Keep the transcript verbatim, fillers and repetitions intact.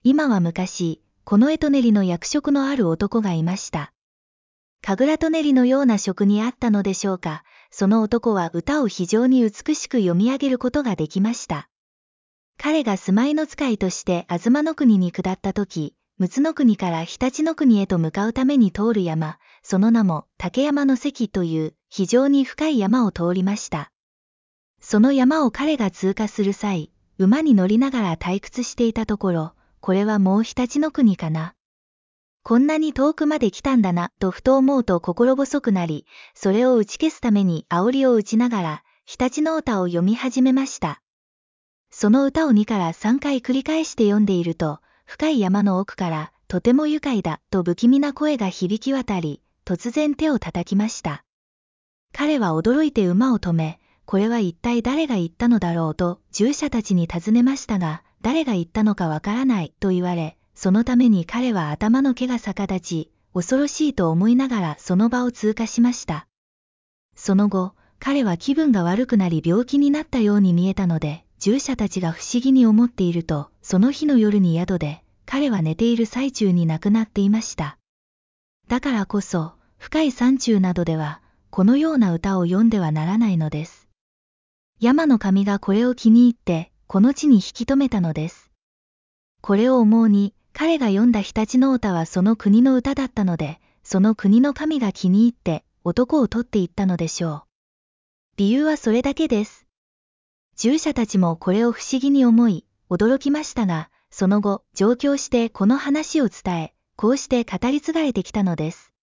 今は昔、この江戸練りの役職のある男がいました。神楽と練りのような職にあったのでしょうか、その男は歌を非常に美しく読み上げることができました。彼が住まいの使いとして東の国に下った時、陸奥の国から日立の国へと向かうために通る山、その名も竹山の関という非常に深い山を通りました。その山を彼が通過する際、馬に乗りながら退屈していたところ、これはもう日立の国かな。こんなに遠くまで来たんだな、とふと思うと心細くなり、それを打ち消すために煽りを打ちながら、日立の歌を読み始めました。その歌をにからさんかい繰り返して読んでいると、深い山の奥から、とても愉快だ、と不気味な声が響き渡り、突然手を叩きました。彼は驚いて馬を止め、これは一体誰が言ったのだろうと、従者たちに尋ねましたが、誰が言ったのかわからない、と言われ、そのために彼は頭の毛が逆立ち、恐ろしいと思いながらその場を通過しました。その後、彼は気分が悪くなり病気になったように見えたので、従者たちが不思議に思っていると、その日の夜に宿で、彼は寝ている最中に亡くなっていました。だからこそ、深い山中などでは、このような歌を読んではならないのです。山の神がこれを気に入って、この地に引き止めたのです。これを思うに、彼が読んだ日立の歌はその国の歌だったので、その国の神が気に入って、男を取っていったのでしょう。理由はそれだけです。従者たちもこれを不思議に思い、驚きましたが、その後、上京してこの話を伝え、こうして語り継がれてきたのです。